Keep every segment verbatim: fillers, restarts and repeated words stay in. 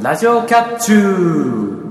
ラジオキャッチュー。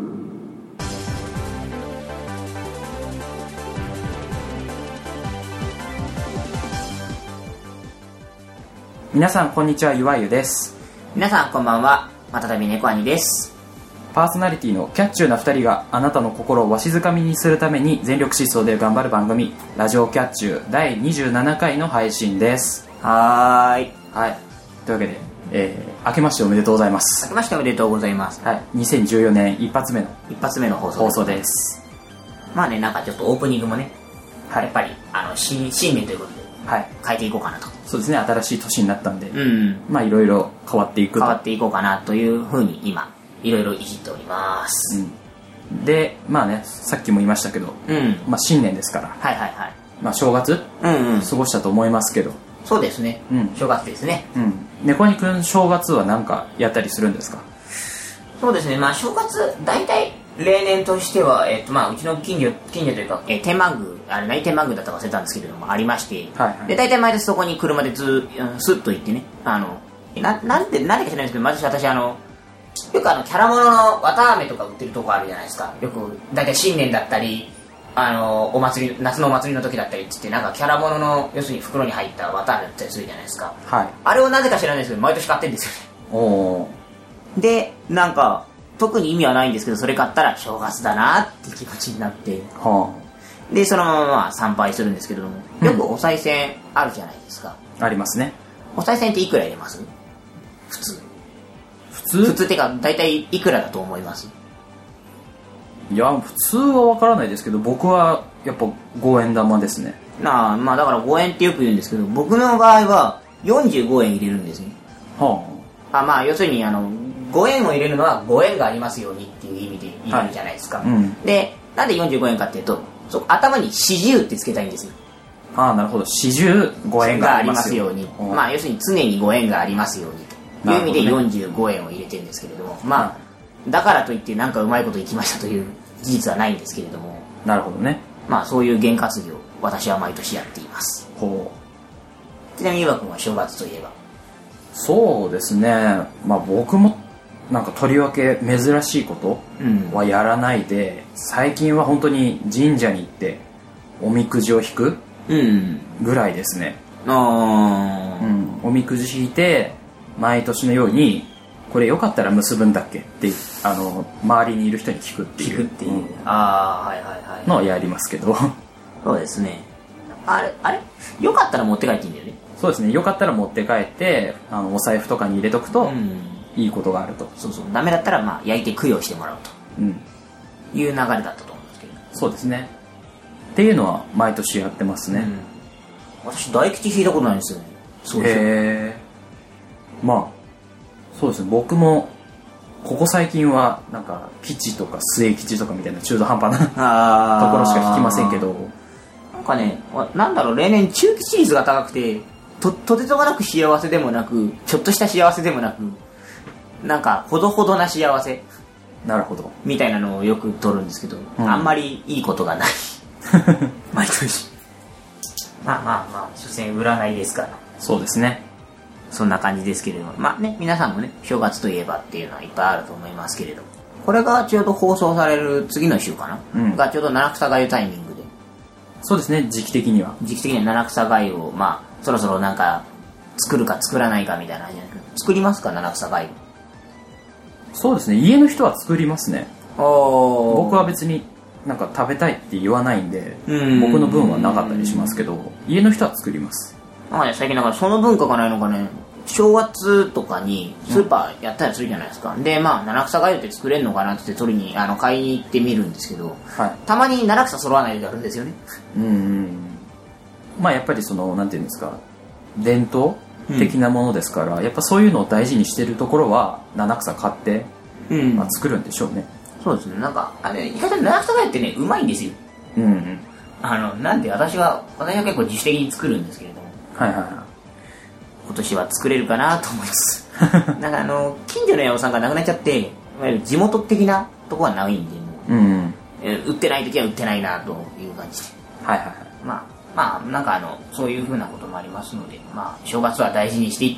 皆さんこんにちは、ゆわゆです。 皆さんこんばんは、またたび猫兄です。 パーソナリティのキャッチューなふたりがあなたの心をわしづかみにするために全力疾走で頑張る番組、ラジオキャッチューだいにじゅうななかいの配信です。 はーい。 はい。というわけで、えー、明けましておめでとうございます。 明けましておめでとうございます。 はい。にせんじゅうよねん一発目の一発目の放送放送です。 まあね、なんかちょっとオープニングもね、 はい、 やっぱりあの 新, 新年ということで、 はい、 変えていこうかなと。 そうですね、新しい年になったんで、 うん、 まあいろいろ変わっていくと変わっていこうかなというふうに今いろいろいじっております。 うん、で、まあね、さっきも言いましたけど、 うん、 まあ新年ですから、 はいはいはい。 まあ正月、 うんうん、 過ごしたと思いますけど、 そうですね、 うん、 正月ですね。 うん。猫にくん正月は何かやったりするんですか？ そうですね、まあ正月大体例年としては、えっとまあ、うちの近所近所というか、えー、天満宮、あれ何天満宮だったか忘れたんですけれどもありまして、はいはい、で大体毎年そこに車でずースッと行ってね、あのななんで何か知らないんですけど、毎年私あのよくあのキャラものの綿あめとか売ってるとこあるじゃないですか。よく大体新年だったり、あのお祭り夏のお祭りの時だったりっつって、なんかキャラものの要するに袋に入った綿あめだったりするじゃないですか、はい、あれをなぜか知らないですけど毎年買ってるんですよね。おでなんか特に意味はないんですけど、それ買ったら正月だなって気持ちになって、はあ、でそのまままあ参拝するんですけれども、よくお賽銭あるじゃないですか、 うん、ありますね。 お賽銭っていくら入れます？普通普通普通ってか大体いくらだと思います？ いや普通は分からないですけど、僕はやっぱごえん玉ですね。 なあ、まあだからごえんってよく言うんですけど、僕の場合はよんじゅうごえん入れるんですね。はあ、あまあ要するにあのごえんを入れるのはごえんがありますようにっていう意味で入れるじゃないですか、はい、うん、でなんでよんじゅうごえんかっていうと、そ頭に四十ってつけたいんですよ。 ああなるほど、四十ごえんがありますように、 まあ要するに常にごえんがありますようにという意味でよんじゅうごえんを入れてるんですけれども、まあだからといってなんかうまいこといきましたという事実はないんですけれども、 なるほどね。 まあそういう験担ぎを私は毎年やっています。ほう。ちなみにゆうわくんは正月といえば？ そうですね、まあ僕もなんかとりわけ珍しいことはやらないで、うん、最近は本当に神社に行っておみくじを引くぐらいですね、うんあうん、おみくじ引いて毎年のようにこれよかったら結ぶんだっけってあの周りにいる人に聞くっていう、聞くっていう、うん、あはいはいはいのをやりますけどそうですね、あれあれよかったら持って帰っていいんだよね。 そうですね、よかったら持って帰ってあのお財布とかに入れとくと、うんいいことがあると。 そうそう、ダメだったらまあ焼いて供養してもらうと、うん、いう流れだったと思うんですけど。 そうですねっていうのは毎年やってますね、 うん、私大吉引いたことないんですよね。そうですね。へえ。 まあそうですね、僕もここ最近はなんか吉とか末吉とかみたいな中途半端なところしか引きませんけど、 なんかね、なんだろう、例年中吉率が高くて と, とてつもなく幸せでもなくちょっとした幸せでもなく、なんかほどほどな幸せなるほどみたいなのをよく取るんですけど、うん、あんまりいいことがない毎年まあまあまあ所詮占いですから。 そうですね、 そんな感じですけれども、まあね、皆さんもね正月といえばっていうのはいっぱいあると思いますけれども、これがちょうど放送される次の週かな、うん、がちょうど七草がゆタイミングで。 そうですね、時期的には時期的には七草がゆをまあそろそろなんか作るか作らないかみたいな感じなんですけど、作りますか七草がゆ？ そうですね、家の人は作りますね。お僕は別になんか食べたいって言わないんで、ん僕の分はなかったりしますけど、家の人は作ります。 なんかね、最近だからその文化がないのかね、正月とかにスーパーやったりするじゃないですか、うん、でまあ七草がゆって作れるのかなって取りにあの買いに行ってみるんですけど、はい、たまに七草揃わない時あるんですよね。うんうんまあやっぱりそのなんていうんですか、伝統的なものですから、うん、やっぱそういうのを大事にしてるところは七草買って、うんまあ、作るんでしょうね。 そうですね、なんかあれ意外と七草がゆってねうまいんですよ。うんうんあのなんで私は私は結構自主的に作るんですけれども、はいはいはい、今年は作れるかなと思いますなんかあの近所の八百さんがなくなっちゃって、いわゆる地元的なとこはないんで、もう、うん、え売ってない時は売ってないなという感じで、はいはいはい、まあまあなんかあのそういう風なこともありますので、まあ正月は大事にしていってね、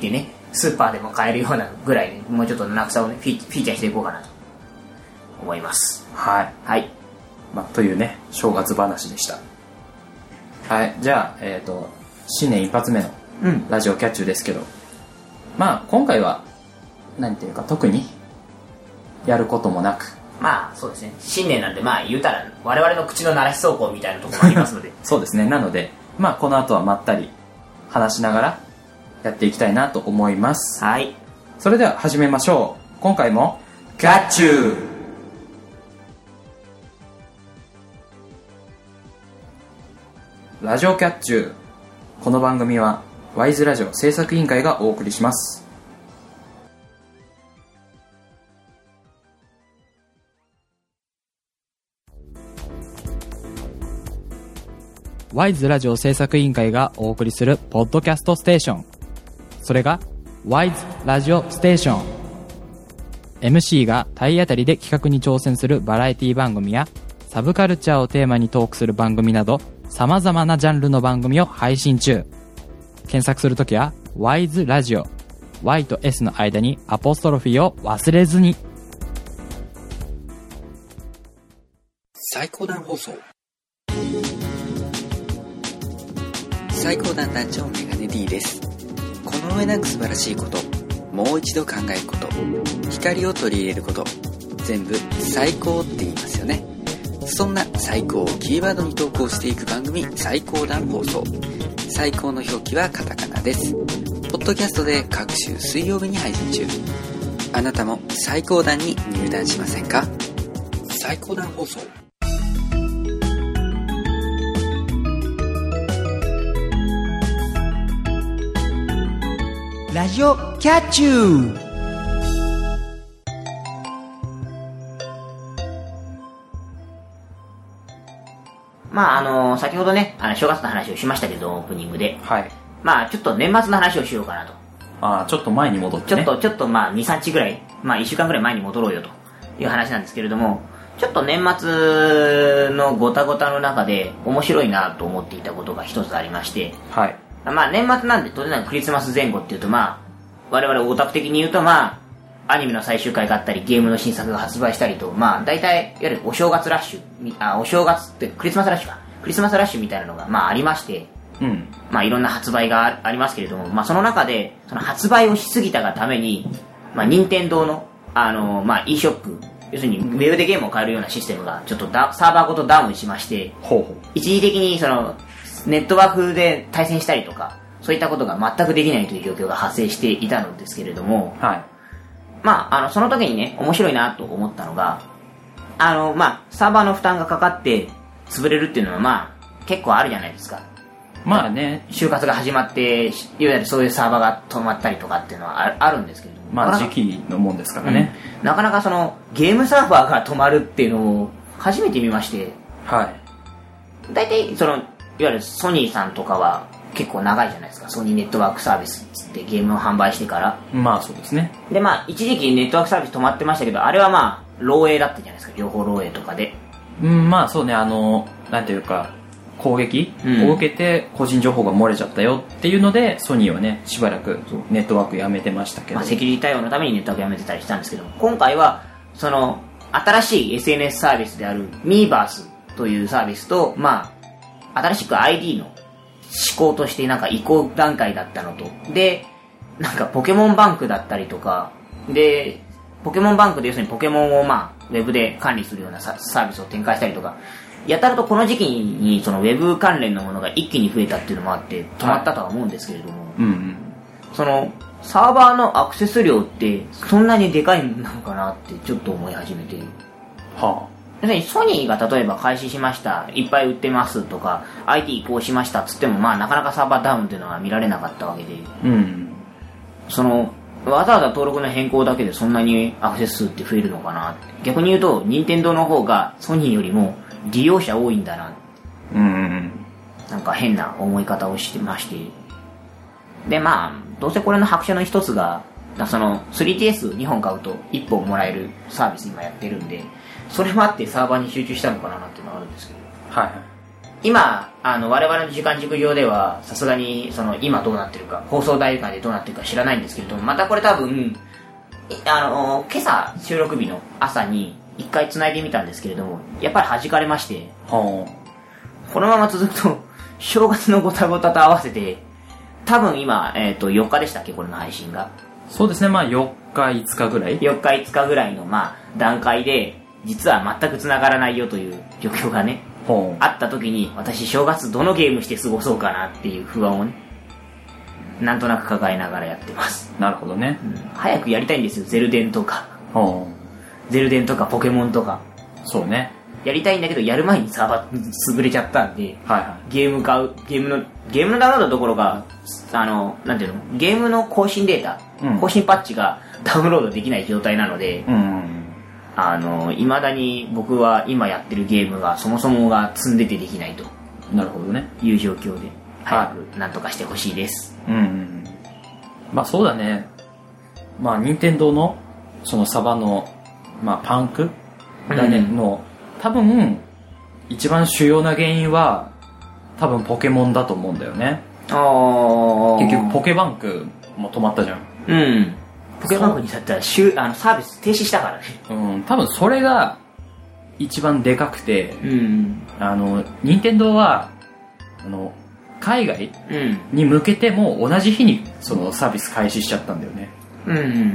スーパーでも買えるようなぐらいにもうちょっと七草をねフィーチャーしていこうかなと思います。 はいはい、 まあ、というね正月話でした。はい、じゃあ、えーと、新年一発目のラジオキャッチューですけど、うん、まあ今回は何ていうか特にやることもなく、 まあそうですね、新年なんでまあ言うたら我々の口の鳴らし走行みたいなところもありますのでそうですね、なのでまあこの後はまったり話しながらやっていきたいなと思います。 はい、 それでは始めましょう。今回もキャッチューラジオキャッチュー。この番組はワイズラジオ制作委員会がお送りします。ワイズラジオ制作委員会がお送りするポッドキャストステーション、それがワイズラジオステーション。 エムシー が体当たりで企画に挑戦するバラエティ番組やサブカルチャーをテーマにトークする番組など様々なジャンルの番組を配信中。検索するときはワイズラジオ、 Y と S の間にアポストロフィーを忘れずに。 最高段放送。最高段団長メガネ D です。この上なく素晴らしいこと、もう一度考えること、光を取り入れること、全部最高って言いますよね。そんな最高をキーワードに投稿していく番組、最高段放送。最高の表記はカタカナです。ポッドキャストで各週水曜日に配信中。あなたも最高段に入団しませんか？最高段放送。 ラジオキャッチュー。 まああの先ほどね、あの正月の話をしましたけどオープニングで、 はい、 まあちょっと年末の話をしようかなと。 ああ、ちょっと前に戻ってね。 ちょっとちょっとまあに、さんにちぐらい、まあいっしゅうかんぐらい前に戻ろうよという話なんですけれども、ちょっと年末のごたごたの中で面白いなと思っていたことが一つありまして、 はい。 まあ年末なんで当然なくクリスマス前後っていうと、まあ我々オタク的に言うと、まあアニメの最終回があったりゲームの新作が発売したりと、まあ大体いわゆるお正月ラッシュ、あお正月ってクリスマスラッシュかクリスマスラッシュみたいなのがまあありまして、 うん、 まあいろんな発売がありますけれども、まあその中でその発売をしすぎたがために、まあ任天堂のあのまあ e ショップ、要するにウェブでゲームを買えるようなシステムがちょっとサーバーごとダウンしまして、 ほうほう、 一時的にそのネットワークで対戦したりとかそういったことが全くできないという状況が発生していたのですけれども、 はい、 まああのその時にね面白いなと思ったのが、あのまあサーバーの負担がかかって潰れるっていうのはまあ結構あるじゃないですか。 まあね、 就活が始まっていわゆるそういうサーバーが止まったりとかっていうのは あ, あるんですけれども、 まあ時期のもんですからね、 うん、なかなかそのゲームサーバーが止まるっていうのを初めて見まして、 はい、 大体そのいわゆるソニーさんとかは結構長いじゃないですか。ソニーネットワークサービスっつってゲームを販売してから。 まあそうですね。 でまあ一時期ネットワークサービス止まってましたけど、あれはまあ漏洩だったじゃないですか、情報漏洩とかで。 うん、まあそうね、あのなんていうか攻撃を受けて個人情報が漏れちゃったよっていうので、うん、ソニーはねしばらくネットワークやめてましたけど、 まあ、セキュリティ対応のためにネットワークやめてたりしたんですけど、今回はその新しい エスエヌエス サービスであるミーバースというサービスと、まあ新しく アイディー の施行としてなんか移行段階だったのと、でなんかポケモンバンクだったりとかで、ポケモンバンクで要するにポケモンをまあウェブで管理するようなサービスを展開したりとか、やたらとこの時期にそのウェブ関連のものが一気に増えたっていうのもあって止まったとは思うんですけれども、 はい、うんうん、 そのサーバーのアクセス量ってそんなにでかいのかなってちょっと思い始めて、 はあ、 要するにソニーが例えば開始しました、いっぱい売ってますとか アイティー 移行しましたっつっても、まあなかなかサーバーダウンっていうのは見られなかったわけで、 うん、 そのわざわざ登録の変更だけでそんなにアクセス数って増えるのかなって、逆に言うと任天堂の方がソニーよりも利用者多いんだな、 うんうん、 なんか変な思い方をしてまして、でまあどうせこれの拍車の一つがその スリーディーエスに 本買うといっぽんもらえるサービス今やってるんで、それもあってサーバーに集中したのかなっていうのがあるんですけど、 はい、 今あの我々の時間軸上ではさすがにその今どうなってるか放送代間でどうなってるか知らないんですけれども、またこれ多分あの今朝収録日の朝に一回繋いでみたんですけれども、やっぱり弾かれまして、はあ、このまま続くと正月のごたごたと合わせて多分今、えー、とよっかでしたっけ、これの配信が。 そうですね、まあよっかいつかぐらいよっかいつかぐらいの、まあ、段階で実は全く繋がらないよという状況がね、あった時に、私正月どのゲームして過ごそうかなっていう不安をね、なんとなく抱えながらやってます。 なるほどね、 うん、早くやりたいんですよ。ゼルデンとかゼルデンとかポケモンとか。 そうね、 やりたいんだけど、やる前にサーバー潰れちゃったんで、はいはい、ゲーム買うゲームのゲームのダウンロードどころか、あのなんていうの、ゲームの更新データ、うん、更新パッチがダウンロードできない状態なので、うんうん、あの未だに僕は今やってるゲームがそもそもが積んでてできないと。 なるほどね、 いう状況で早くなんとかしてほしいです。 うんうん、まあそうだね。まあ任天堂のそのサバの、まあ、パンクだね、うん、の多分一番主要な原因は多分ポケモンだと思うんだよね。あ結局ポケバンクも止まったじゃん。 うん。ポケバンクにだったらあのサービス停止したからね。 うん。多分それが一番でかくて、うん、あの任天堂はあの海外に向けても同じ日にそのサービス開始しちゃったんだよね。うん。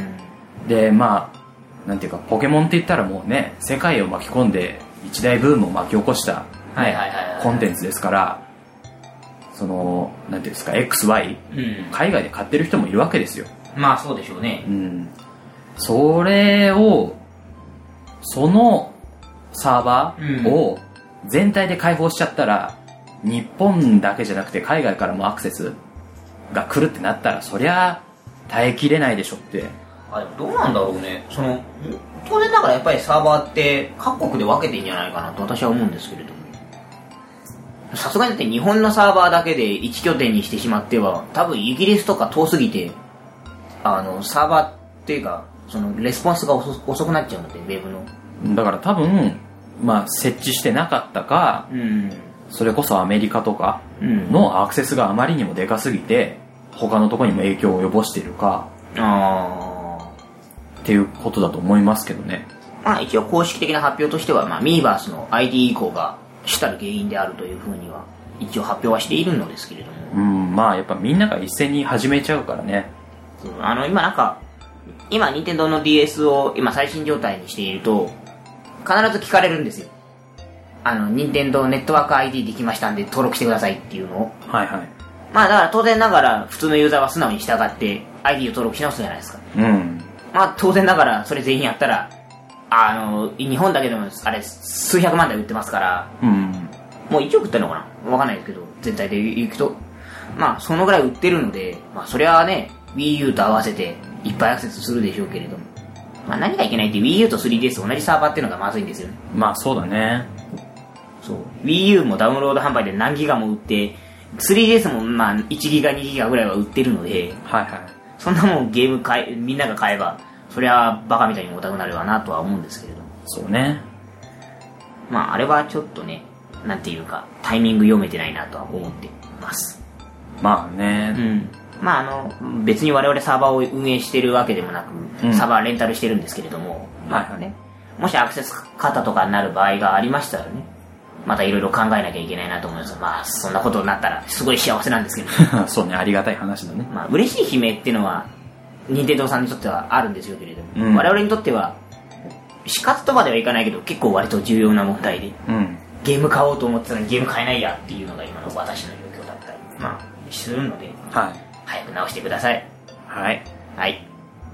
でまあなんていうか、ポケモンって言ったらもうね、世界を巻き込んで一大ブームを巻き起こした、ね、コンテンツですから、そのなんていうんですか エックスワイ、うん、海外で買ってる人もいるわけですよ。 まあそうでしょうね。 うん、それをそのサーバーを全体で開放しちゃったら、うん、日本だけじゃなくて海外からもアクセスが来るってなったら、そりゃ耐えきれないでしょって。 あ、でもどうなんだろうね。その当然ながらやっぱりサーバーって各国で分けていいんじゃないかなと私は思うんですけれども、さすがにだって日本のサーバーだけで一拠点にしてしまっては、多分イギリスとか遠すぎて、あのサーバーっていうかそのレスポンスが 遅, 遅くなっちゃうので、ウェブの。 だから多分、まあ、設置してなかったか、うん、それこそアメリカとかのアクセスがあまりにもでかすぎて他のところにも影響を及ぼしているか、あっていうことだと思いますけどね。 まあ一応公式的な発表としては、まあ、ミーバースの アイディー 移行が主たる原因であるというふうには一応発表はしているのですけれども、 うん、まあやっぱみんなが一斉に始めちゃうからね。 あの今なんか今任天堂の ディーエス を今最新状態にしていると必ず聞かれるんですよ。あの任天堂ネットワーク アイディー できましたんで登録してくださいっていうのを。はいはい。まあだから当然ながら普通のユーザーは素直に従って アイディー を登録し直すじゃないですか。うん。まあ当然ながらそれ全員やったら、あの日本だけでもあれ数百万台売ってますから、うん、もういちおく売ってるのかな、わかんないですけど、全体でいくとまあそのぐらい売ってるので、まあそれはね WiiU と合わせていっぱいアクセスするでしょうけれども、まあ何がいけないって WiiU と スリーディーエス 同じサーバーっていうのがまずいんですよね。 まあそうだね。 そう WiiU もダウンロード販売で何ギガも売って、スリーディーエス もまあいちギガにギガぐらいは売ってるので、はいはい、そんなもんゲーム買えみんなが買えばそりゃバカみたいに重たくなるわなとは思うんですけれども。 そうね。 まああれはちょっとね、なんていうかタイミング読めてないなとは思っています。 まあね、うん、 まああの別に我々サーバーを運営してるわけでもなく、うん、サーバーレンタルしてるんですけれども、まあね、もしアクセス型とかになる場合がありましたらね、またいろいろ考えなきゃいけないなと思います。まあそんなことになったらすごい幸せなんですけどそうね、ありがたい話だね。 まあ嬉しい悲鳴っていうのは任天堂さんにとってはあるんですよけれども、うん、我々にとっては死活とまではいかないけど結構割と重要な問題で、うん、ゲーム買おうと思ってたのにゲーム買えないやっていうのが今の私の状況だったり、まあ、するので、はい、早く直してください。 はい、はい。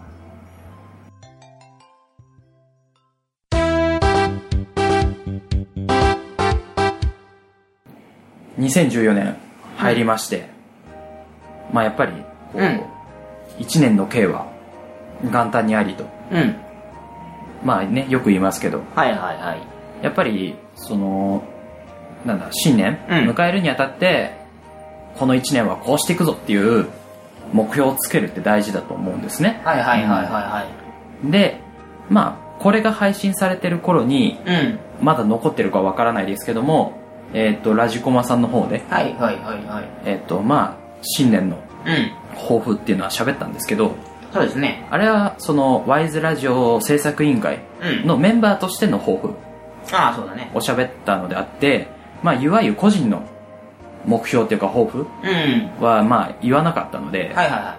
にせんじゅうよねん入りまして、うん、まあやっぱりこう、うん、いちねんの計は元旦にありと、うん、まあねよく言いますけど、はいはいはい、やっぱりそのなんだ新年、うん、迎えるにあたってこのいちねんはこうしていくぞっていう目標をつけるって大事だと思うんですね。はいはいはいはいはい。でまあこれが配信されてる頃に、うん、まだ残ってるかわからないですけども、 えっとラジコマさんの方で、 はいはいはいはい、 えっとまあ新年の抱負っていうのは喋ったんですけど、 そうですね、 あれはそのワイズラジオ制作委員会のメンバーとしての抱負を喋ったのであって、まあいわゆる個人の目標っていうか抱負はまあ言わなかったので、 はいはいはい、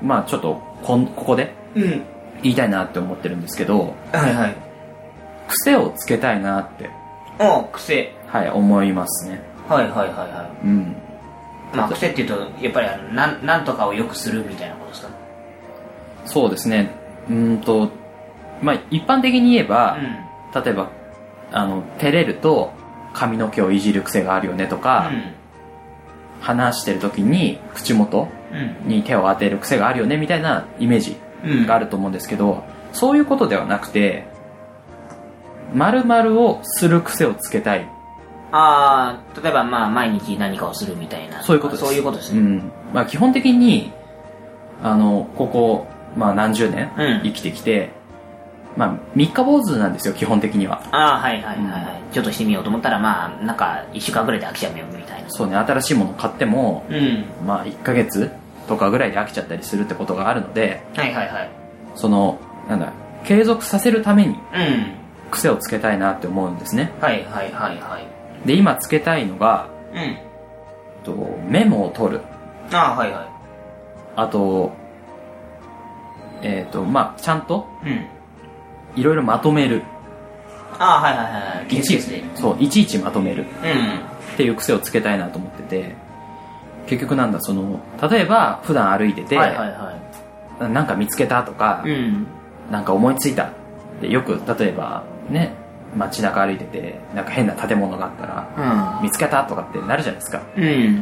まあちょっとこんここで言いたいなって思ってるんですけど、 はいはい、 癖をつけたいなって、 お癖、 はい、思いますね。 はいはいはいはい、うん、まあ癖っていうとやっぱりあのな ん, なんとかをよくするみたいなことですか。 そうですね、うんとまあ一般的に言えば、うん、例えばあの照れると髪の毛をいじる癖があるよねとか、うん、話してる時に口元に手を当てる癖があるよねみたいなイメージがあると思うんですけど、うん、そういうことではなくて〇〇をする癖をつけたい。 ああ、例えばまあ毎日何かをするみたいな、 そういうことです。 そういうことですね、 うん、まあ、基本的にあのここ、まあ、何十年生きてきて、うん、まあ、三日坊主なんですよ基本的には。 ああ、はいはいはいはい、うん、ちょっとしてみようと思ったらまあなんかいっしゅうかんぐらいで飽きちゃうよみたいな。 そうね、新しいもの買っても、うん、まあいっかげつとかぐらいで飽きちゃったりするってことがあるので、 はいはいはい、 そのなんだ継続させるために癖をつけたいなって思うんですね、 うん、はいはいはいはい。 で今つけたいのが、うん、とメモを取る。 ああ、はいはい。 あとえっ、ー、とまあちゃんといろいろまとめる。 ああ、はいはいはい。 いちいち、そういちいちまとめる、うん、っていう癖をつけたいなと思ってて、結局なんだその例えば普段歩いてて、はいはいはい、なんか見つけたとか、うん、なんか思いついたで、よく例えばね街中歩いててなんか変な建物があったら、うん、見つけたとかってなるじゃないですか、うん、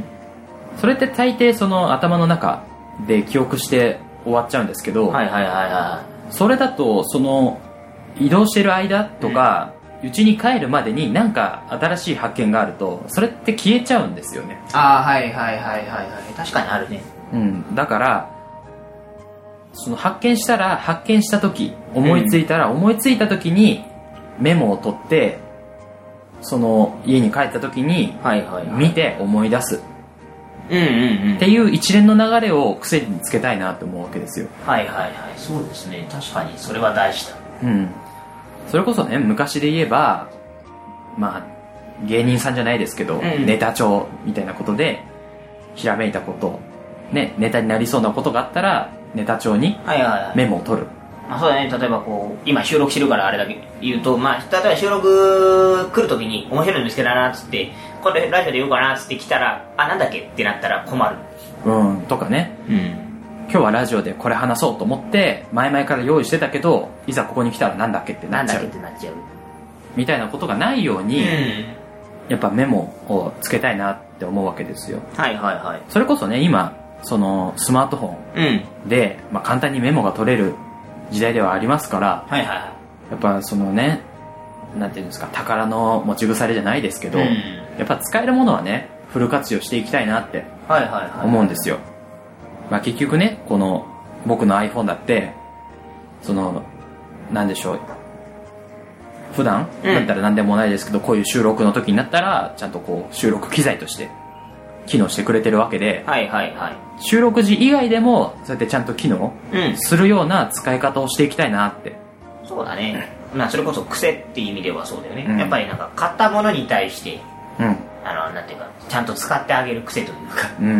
それって大抵その頭の中で記憶して終わっちゃうんですけど、はいはいはいはい、それだとその移動してる間とか家、うん、に帰るまでに何か新しい発見があるとそれって消えちゃうんですよね。 ああ、はいはいはいはいはい、確かにあるね、 うん、だからその発見したら発見した時思いついたら、うん、思いついた時にメモを取ってその家に帰った時に見て思い出す、うんうんうん、っていう一連の流れを癖につけたいなと思うわけですよ。 はいはいはい、そうですね、確かにそれは大事だ。 うん、それこそね昔で言えばまあ芸人さんじゃないですけど、うん、ネタ帳みたいなことでひらめいたことね、ネタになりそうなことがあったらネタ帳にメモを取る、はいはいはい、 まあ、そうだね、例えばこう今収録してるからあれだけ言うと、まあ、例えば収録来るときに面白いの見つけたなっつってこれラジオで言おうかなっつって来たらあなんだっけってなったら困る、 うんとかね、うん、今日はラジオでこれ話そうと思って前々から用意してたけどいざここに来たらなんだっけってなっちゃうみたいなことがないように、うん、やっぱメモをつけたいなって思うわけですよ。 はいはいはい。 それこそね今そのスマートフォンで、うん、まあ、簡単にメモが取れる時代ではありますから、はいはい、やっぱそのねなんていうんですか宝の持ち腐れじゃないですけど、うん、やっぱ使えるものはねフル活用していきたいなって思うんですよ。まあ、結局ねこの僕の iPhone だってそのなんでしょう普段だったら何でもないですけど、うん、こういう収録の時になったらちゃんとこう収録機材として機能してくれてるわけで、はいはいはい、収録時以外でもそうやってちゃんと機能するような使い方をしていきたいなって、 うん、そうだね、まあ、それこそ癖っていう意味ではそうだよね、うん、やっぱりなんか買ったものに対して、うん、あのなんていうかちゃんと使ってあげる癖というか、うんうん、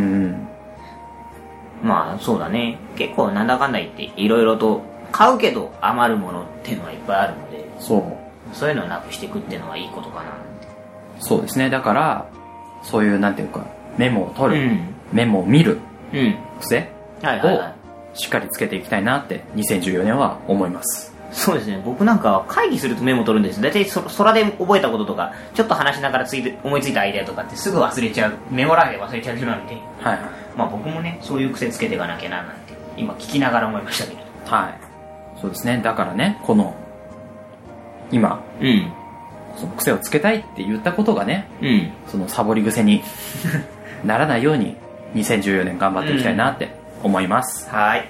まあそうだね、結構なんだかんだ言っていろいろと買うけど余るものっていうのはいっぱいあるので、そうそういうのをなくしていくっていうのはいいことかなって。 そうですね、だからそういうなんていうかメモを取る、うん、メモを見る、うん、癖をしっかりつけていきたいなってにせんじゅうよねんは思います。 そうですね、僕なんかは会議するとメモ取るんです。大体そ空で覚えたこととかちょっと話しながらついて思いついたアイデアとかってすぐ忘れちゃう、メモ欄で忘れちゃうなんで、はいはい、まあ、僕もねそういう癖つけていかなきゃななんて今聞きながら思いましたけど、 はい、そうですね、だからねこの今、うん、その癖をつけたいって言ったことがね、うん、そのサボり癖にならないようににせんじゅうよねん頑張っていきたいなって思います、 うん、はい。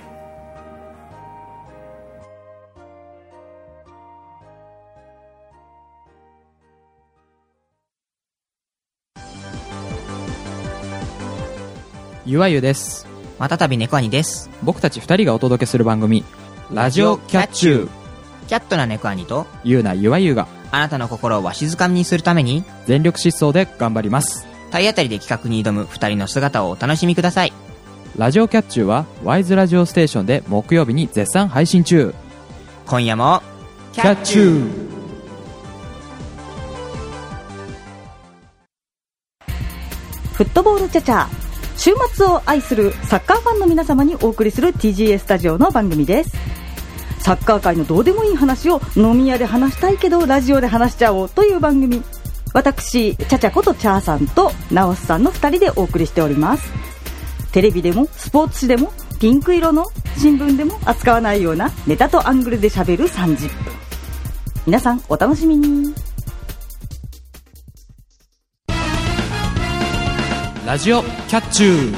ゆわゆです。 またたび猫兄です。 僕たち二人がお届けする番組ラジオキャッチュー。 キャットな猫兄とゆうなゆわゆがあなたの心をわしづかみにするために全力疾走で頑張ります。 体当たりで企画に挑む二人の姿をお楽しみください。 ラジオキャッチューはワイズラジオステーションで木曜日に絶賛配信中。 今夜もキャッチュー。 フットボールチャチャ、週末を愛するサッカーファンの皆様にお送りする ティージーエー スタジオの番組です。サッカー界のどうでもいい話を飲み屋で話したいけどラジオで話しちゃおうという番組。私チャチャことチャーさんとナオスさんのふたりでお送りしております。テレビでもスポーツ紙でもピンク色の新聞でも扱わないようなネタとアングルで喋るさんじゅっぷん。皆さんお楽しみに。 ラジオキャッチュー。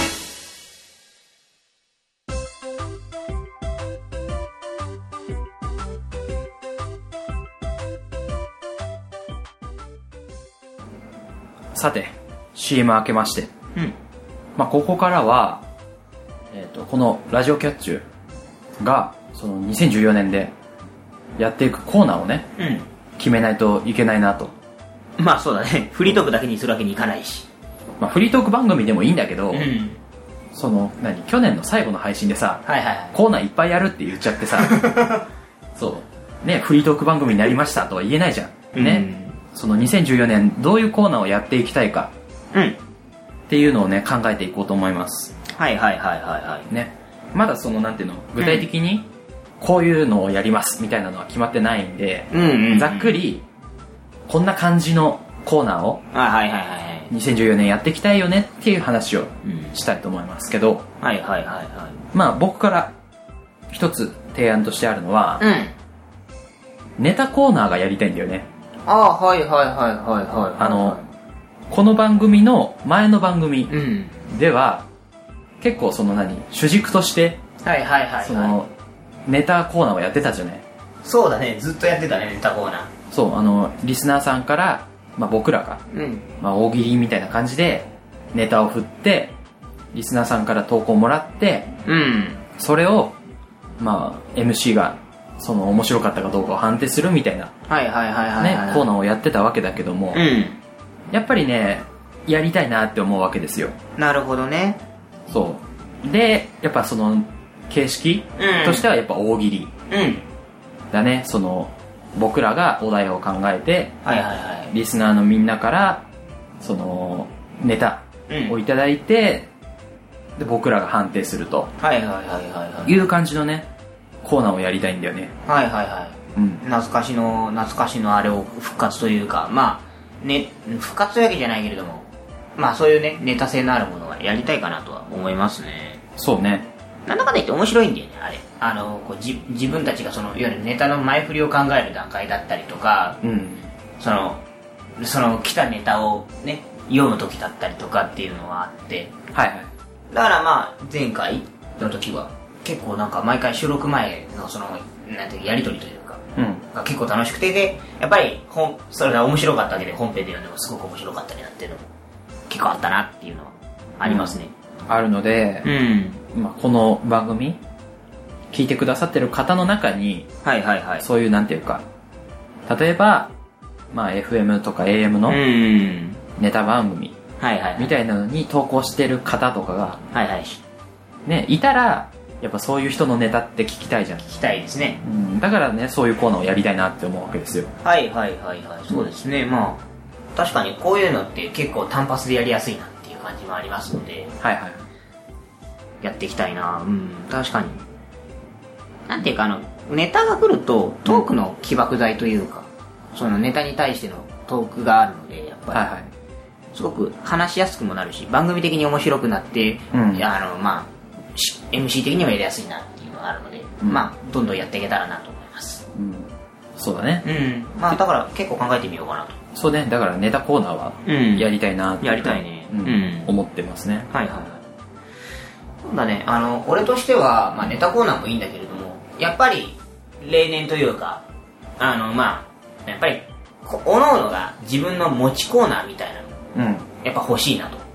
さて シーエム 明けまして、 うん、 まあ、ここからは、えーと、このラジオキャッチューがそのにせんじゅうよねんでやっていくコーナーをね、 うん、 決めないといけないなと。 まあそうだね、フリートークだけにするわけにいかないし、 まあ、フリートーク番組でもいいんだけど、 うん、 その何去年の最後の配信でさ、 はいはいはい、 コーナーいっぱいやるって言っちゃってさそうね、フリートーク番組になりましたとは言えないじゃんね、うん、そのにせんじゅうよねんどういうコーナーをやっていきたいか、 うん、 っていうのをね考えていこうと思います。 はいはいはいはいはいね、まだそのなんていうの具体的にこういうのをやりますみたいなのは決まってないんで、 うんうんうん、 ざっくりこんな感じのコーナーをにせんじゅうよねんやっていきたいよねっていう話をしたいと思いますけど、 うん、はいはいはいはい。 まあ僕から一つ提案としてあるのは、 うん、 ネタコーナーがやりたいんだよね。 ああ、はいはいはいはいはい。 あのこの番組の前の番組では、うん、結構その何主軸としてはいはいはい、はい、 そのネタコーナーをやってたじゃない。 そうだね、ずっとやってたね、ネタコーナー。 そう、あのリスナーさんから、まあ、僕らが、 うんまあ、大喜利みたいな感じでネタを振ってリスナーさんから投稿もらって、 うん、 それを、まあ、エムシー がその面白かったかどうかを判定するみたいな、 はいはいはいはい、はい、 ね、コーナーをやってたわけだけども、 うん、 やっぱりねやりたいなって思うわけですよ。 なるほどね。 そうでやっぱその形式としてはやっぱ大喜利、 うん、 だね。その僕らがお題を考えて、 はいはいはい、 リスナーのみんなからそのネタをいただいて、うん、で僕らが判定すると、 はいはいはいはいはい、 いう感じのねコーナーをやりたいんだよね。 はいはいはい、うん、懐かしの懐かしのあれを復活というか、まあね復活というわけじゃないけれども、まあそういうねネタ性のあるものはやりたいかなとは思いますね。 そうね。 なんだかんだ言って面白いんだよね、あれ。あのこうじ自分たちがそのいわゆるネタの前振りを考える段階だったりとか、 うん、 そのその来たネタをね読む時だったりとかっていうのはあって、 はいはい。 だからまあ前回の時は結構なんか毎回収録前のそのなんていうやり取りというか、 うん、 が結構楽しくて、でやっぱり本それが面白かったわけで本編で読んでもすごく面白かったりなっていうのも結構あったなっていうのはありますね。 うん、あるので、うん、まあ、この番組聞いてくださってる方の中に、 はいはいはい、 そういうなんていうか例えば、まあ、エフエム とか エーエム のネタ番組みたいなのに投稿してる方とかが、 はいはいね、いたらやっぱそういう人のネタって聞きたいじゃん。 聞きたいですね、 うん、だからねそういうコーナーをやりたいなって思うわけですよ。 はいはいはいはい、そうですね、うん、まあ確かにこういうのって結構単発でやりやすいなっていう感じもありますので、 はいはい、 やっていきたいな。うん、確かになんていうか、あのネタが来るとトークの起爆剤というか、うん、そのネタに対してのトークがあるのでやっぱり、はいはい、すごく話しやすくもなるし番組的に面白くなって、うん、あのまあ エムシー 的にもやりやすいなっていうのがあるので、うん、まあどんどんやっていけたらなと思います、 うん、そうだね、 うん、まあだから結構考えてみようかなと。 そうね、だからネタコーナーはやりたいなって、 うん、やりたいね、 うんうん、思ってますね。 はいはいはい。そうだね、あの俺としては、まあ、ネタコーナーもいいんだけれどもやっぱり例年というかあのまあやっぱりおのおのが自分の持ちコーナーみたいなの、うん、やっぱ欲しいなと。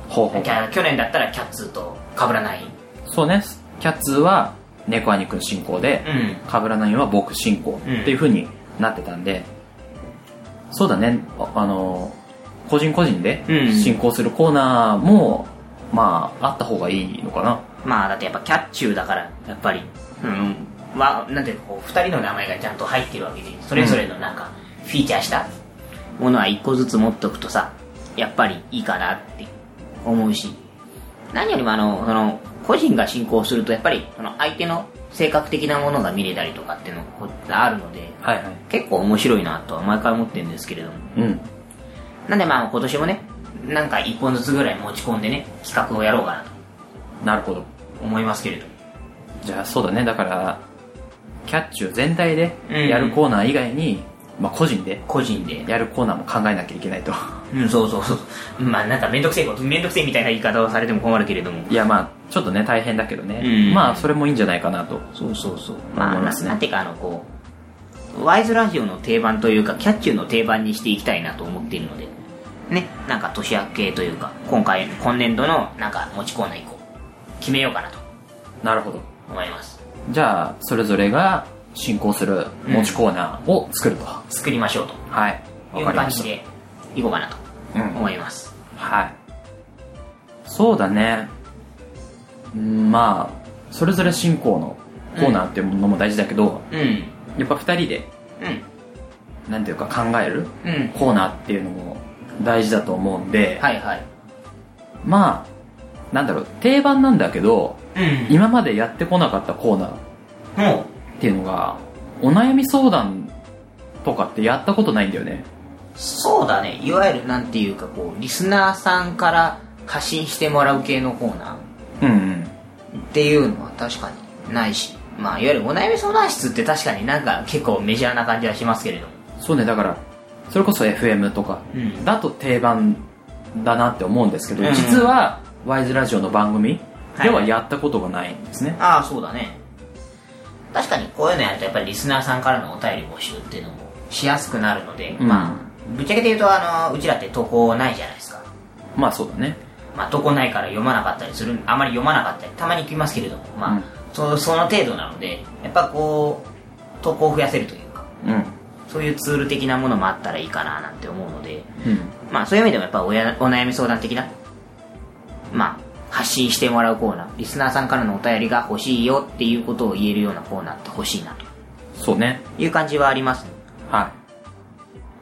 ほうほう。 去年だったらキャッツとカブラナイン。 そうね、キャッツは猫兄くん進行で、うん、カブラナインは僕進行っていう風になってたんで、うん、そうだね、あ、あの個人個人で進行するコーナーも、うん、まああった方がいいのかな。 まあだってやっぱキャッチューだからやっぱり、うん、はなんていうかこうふたりの名前がちゃんと入ってるわけで、それぞれのなんかフィーチャーしたものはいっこずつ持っておくとさ、やっぱりいいかなって思うし、何よりもあのその個人が進行するとやっぱりその相手の性格的なものが見れたりとかっていうのがあるので、はいはい、結構面白いなとは毎回思ってるんですけれども、うん、なんでまあ今年もねなんかいっぽんずつぐらい持ち込んでね企画をやろうかなと。 なるほど、 思いますけれど。 じゃあそうだね、だからキャッチュー全体でやるコーナー以外に、うん、まあ個人で個人でやるコーナーも考えなきゃいけないと。 うん、そうそうそう。まあなんか面倒くせえこと面倒くせえみたいな言い方をされても困るけれども、 いやまあちょっとね大変だけどね、うん、まあそれもいいんじゃないかなと。 そうそうそう、まあ思いますね。なんていうかあのこうワイズラジオの定番というかキャッチューの定番にしていきたいなと思っているのでね、なんか年明けというか今回今年度のなんか持ちコーナー以降決めようかなと。 なるほど、 思います。 じゃあそれぞれが進行する持ちコーナーを作ると、 うん、作りましょうと、 はい、 いう感じでいこうかなと思います、 うん、はい。そうだね、まあそれぞれ進行のコーナーっていうのも大事だけど、うん、やっぱふたりで、うん、なんていうか考える、うん、コーナーっていうのも大事だと思うんで、 はいはい、 まあなんだろう、定番なんだけど、うん、今までやってこなかったコーナーっていうのが、お悩み相談とかってやったことないんだよね。 そうだね、いわゆるなんていうかこうリスナーさんから発信してもらう系のコーナー、うんうん、っていうのは確かにないし、まあいわゆるお悩み相談室って確かになんか結構メジャーな感じはしますけれども。 そうね、だからそれこそ エフエム とかだと定番だなって思うんですけど、うん、実はワイズラジオの番組ではやったことがないんですね、はい、 ああそうだね。確かにこういうのやるとやっぱりリスナーさんからのお便り募集っていうのもしやすくなるので、うん、まあぶっちゃけて言うとあのうちらって投稿ないじゃないですか。 まあそうだね、 まあ投稿ないから読まなかったりする、あまり読まなかったりたまに来ますけれども、まあ、うん、そ, その程度なのでやっぱこう投稿を増やせるというか、うん、そういうツール的なものもあったらいいかななんて思うので、うん、まあそういう意味でもやっぱ お, やお悩み相談的なまあ発信してもらうコーナー、リスナーさんからのお便りが欲しいよっていうことを言えるようなコーナーって欲しいなと。 そうね、 いう感じはありますね。 はい。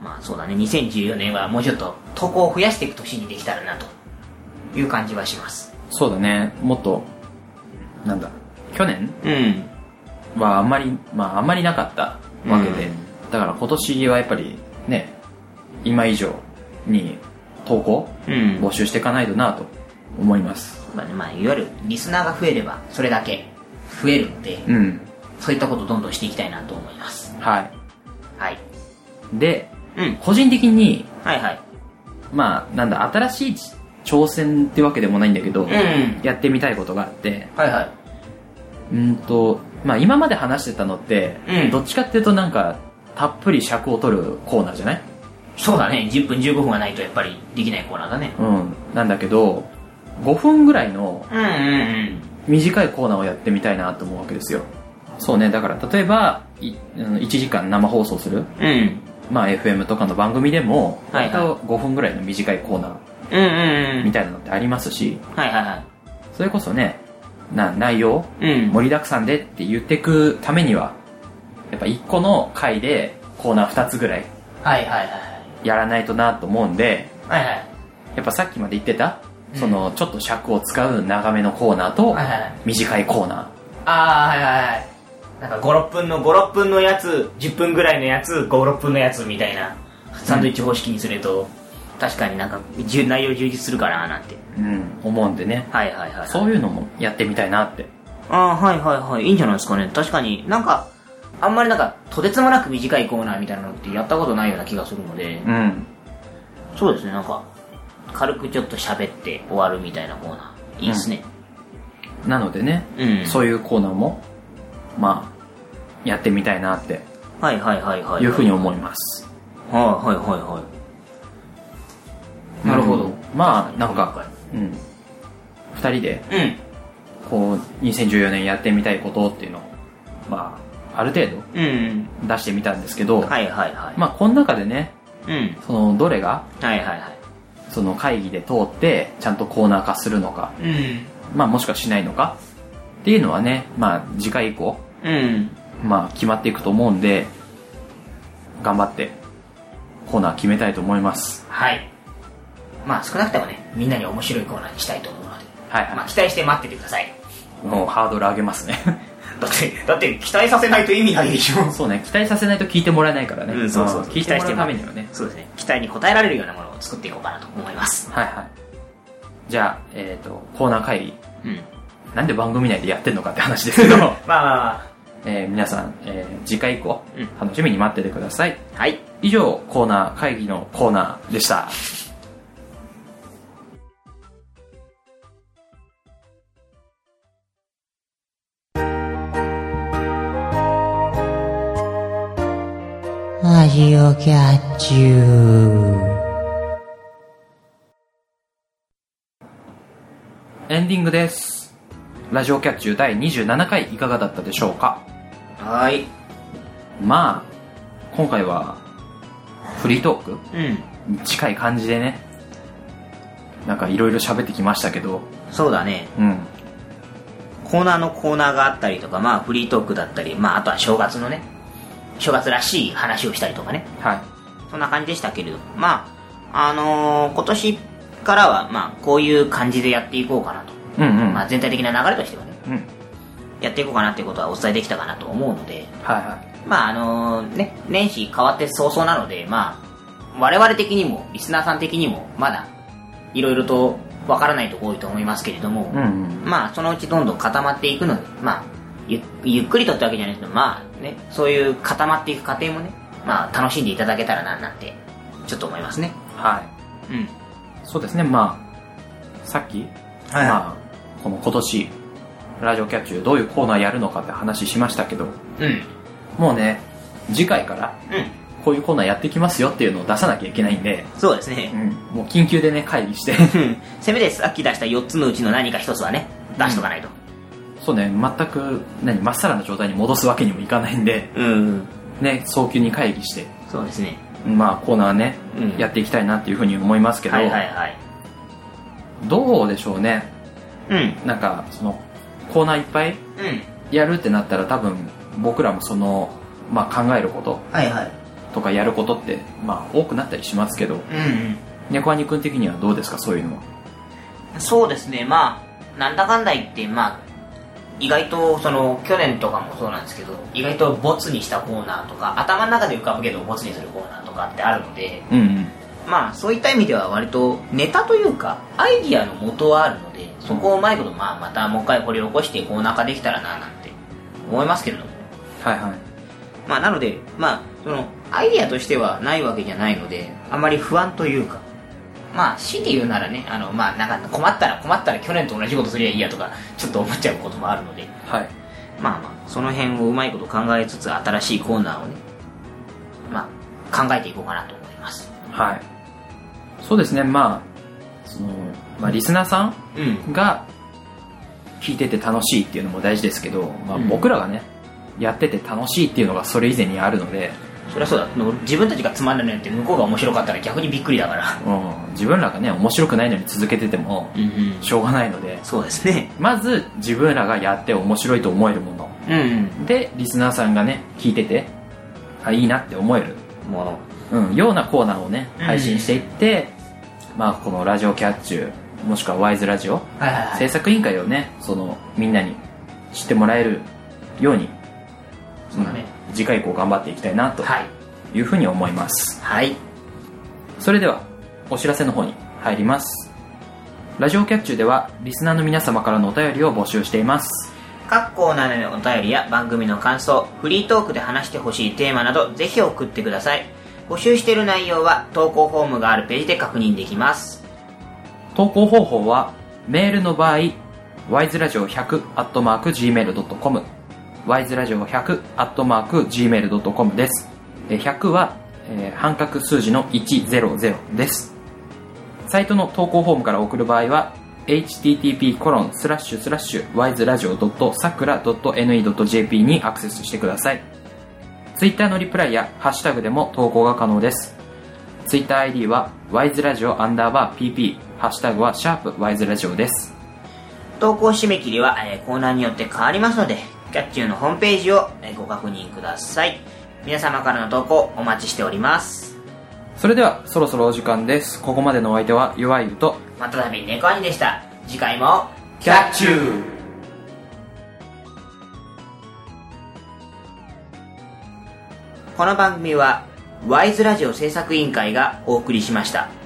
まあそうだね、にせんじゅうよねんはもうちょっと投稿を増やしていく年にできたらなという感じはします。 そうだね、もっとなんだ去年はあんまり、まああんまりなかったわけで、うん、だから今年はやっぱりね今以上に投稿、うん、募集していかないとなと思います。 まあね、まあ、いわゆるリスナーが増えればそれだけ増えるので、うん、そういったことをどんどんしていきたいなと思います。 はいはい。 で、うん、個人的にはいはい、 まあなんだ新しい挑戦ってわけでもないんだけど、うん、やってみたいことがあって、 はいはい、 うんとまあ今まで話してたのって、うん、どっちかっていうとなんかたっぷり尺を取るコーナーじゃない？ そうだね、じゅっぷんじゅうごふんはないとやっぱりできないコーナーだね。 うん、なんだけどごふんぐらいの短いコーナーをやってみたいなと思うわけですよ。そうね、だから例えばいちじかん生放送する、うん、まあ エフエム とかの番組でも、はいはい、ごふんぐらいの短いコーナーみたいなのってありますし、 はいはいはい、 それこそねな内容、うん、盛りだくさんでって言ってくためにはやっぱいっこの回でコーナーふたつぐらいやらないとなと思うんで、 はいはい、 やっぱさっきまで言ってたそのちょっと尺を使う長めのコーナーと短いコーナー、 ああはいはいはい、なんかごろっぷんのごろっぷんのやつ、じゅっぷんぐらいのやつ、ごろっぷんのやつみたいなサンドイッチ方式にすると、うん、確かになんか内容充実するかななんて、 うん、思うんでね、 はいはいはい、はい、 そういうのもやってみたいなって。 ああはいはいはい、いいんじゃないですかね。確かになんかあんまりなんかとてつもなく短いコーナーみたいなのってやったことないような気がするので、うん、そうですね、なんか軽くちょっと喋って終わるみたいなコーナーいいですね、 うん、なのでね、うん、そういうコーナーもまあやってみたいなってはいはいはいはいいうふうに思います。 はいはいはいはい、なるほど、うん、 まあなんかうん、ふたりで、うん、こうにせんじゅうよねんやってみたいことっていうのを、まあ、ある程度出してみたんですけど、うんはいはいはい、まあこの中でね、うん、そのどれが、はいはいはい、その会議で通ってちゃんとコーナー化するのか、うん、まあもしくはしないのかっていうのはね、まあ次回以降、うん、まあ決まっていくと思うんで、頑張ってコーナー決めたいと思います。 はい。まあ少なくともね、みんなに面白いコーナーにしたいと思うので、はいはい、まあ期待して待っててください。 もうハードル上げますね。 だってだって期待させないと意味ないでしょ。 そうね、期待させないと聞いてもらえないからね。うん、そうそう。聞いてもらうためにはね。 そうですね。期待に応えられるようなものを作っていこうかなと思います。 はいはい。じゃあえっ、ー、とコーナー会議、うん、なんで番組内でやってんのかって話ですけど、まあまあまあ、えー、皆さん、えー、次回以降、うん、楽しみに待っててください。はい。以上コーナー会議のコーナーでした。 ラジオキャッチュー。 エンディングです。ラジオキャッチューだいにじゅうななかいいかがだったでしょうか。 はい。 まあ今回はフリートーク、うん、近い感じでね、なんかいろいろ喋ってきましたけど。 そうだね、うん、コーナーのコーナーがあったりとか、まあフリートークだったり、まああとは正月のね、正月らしい話をしたりとかね、はい、そんな感じでしたけれど、まああのー、今年からはまあこういう感じでやっていこうかなと、うんうん、まあ、全体的な流れとしてはね、うん、やっていこうかなっていうことはお伝えできたかなと思うので、はいはい、まああのー、ね、年始変わって早々なので、まあ我々的にもリスナーさん的にもまだいろいろとわからないところ多いと思いますけれども、うんうん、まあそのうちどんどん固まっていくので、まあ ゆ, ゆっくりとってわけじゃないですけど、まあね、そういう固まっていく過程もね、まあ楽しんでいただけたらななんてちょっと思いますね。 はい、うん、そうですね。まあさっき、はい、まあこの今年ラジオキャッチューどういうコーナーやるのかって話しましたけど、うん、もうね次回から、うん、こういうコーナーやっていきますよっていうのを出さなきゃいけないんで。 そうですね、 うん、もう緊急でね会議してせめてさっき出したよっつのうちの何か一つはね出しとかないと、 うん、そうね、全く何まっさらな状態に戻すわけにもいかないんで、うん、ね、早急に会議して、 そうですね、 まあコーナーね、うん、やっていきたいなっていうふうに思いますけど、はいはいはい、どうでしょうね、うん、なんかそのコーナーいっぱいやるってなったら多分僕らもその、まあ、考えることとかやることって、まあ、多くなったりしますけど、うんうん、猫兄くん的にはどうですか、そういうのは。 そうですね、まあなんだかんだ言って、まあ意外とその去年とかもそうなんですけど、意外とボツにしたコーナーとか、頭の中で浮かぶけどボツにするコーナーとかってあるので、うんうん、まあそういった意味では割とネタというかアイディアの元はあるので、そこをうまいこと、まあ、またもう一回掘り起こしてコーナー化できたらななんて思いますけれども、はいはい、まあなので、まあそのアイディアとしてはないわけじゃないので、あんまり不安というか、まあ強いて言うならね、あのまあなんか困ったら困ったら去年と同じことすりゃいいやとかちょっと思っちゃうこともあるので、はい、まあまあその辺をうまいこと考えつつ新しいコーナーをね、まあ考えていこうかなと思います。 はい、そうですね。まあその、まあ、リスナーさんが聞いてて楽しいっていうのも大事ですけど、まあ、僕らがね、うん、やってて楽しいっていうのがそれ以前にあるので、 そりゃそうだ、自分たちがつまんないのにって向こうが面白かったら逆にびっくりだから、 うん、自分らがね面白くないのに続けててもしょうがないので、うんうん、 そうですね、 まず自分らがやって面白いと思えるもの、うんうん、でリスナーさんがね聞いててあいいなって思えるもの、うん、ようなコーナーをね配信していって、うん、まあこのラジオキャッチューもしくはワイズラジオ、はいはいはい、制作委員会をねそのみんなに知ってもらえるように、そうだね、次回以降頑張っていきたいなというふうに思います。はい。それではお知らせの方に入ります。ラジオキャッチューではリスナーの皆様からのお便りを募集しています。 各コーナーのお便りや番組の感想、フリートークで話してほしいテーマなどぜひ送ってください。募集している内容は投稿フォームがあるページで確認できます。 投稿方法はメールの場合 ワイズラジオひゃく アットマーク ジーメールドットコム ワイズラジオひゃく アットマーク ジーメールドットコム です。ひゃくは、えー、半角数字のひゃくです。サイトの投稿フォームから送る場合はエイチティーティーピーコロンスラッシュスラッシュワイズラジオドットサクラドットエヌイードットジェーピー にアクセスしてください。ツイッターのリプライやハッシュタグでも投稿が可能です。ツイッター アイディー はワイズラジオアンダーバー ピーピー、ハッシュタグはシャープワイズラジオです。 投稿締め切りは、えー、コーナーによって変わりますので、キャッチューのホームページを、えー、ご確認ください。皆様からの投稿お待ちしております。 それではそろそろお時間です。ここまでのお相手は弱いとまたたび猫兄でした。次回もキャッチュー。 この番組はワイズラジオ制作委員会がお送りしました。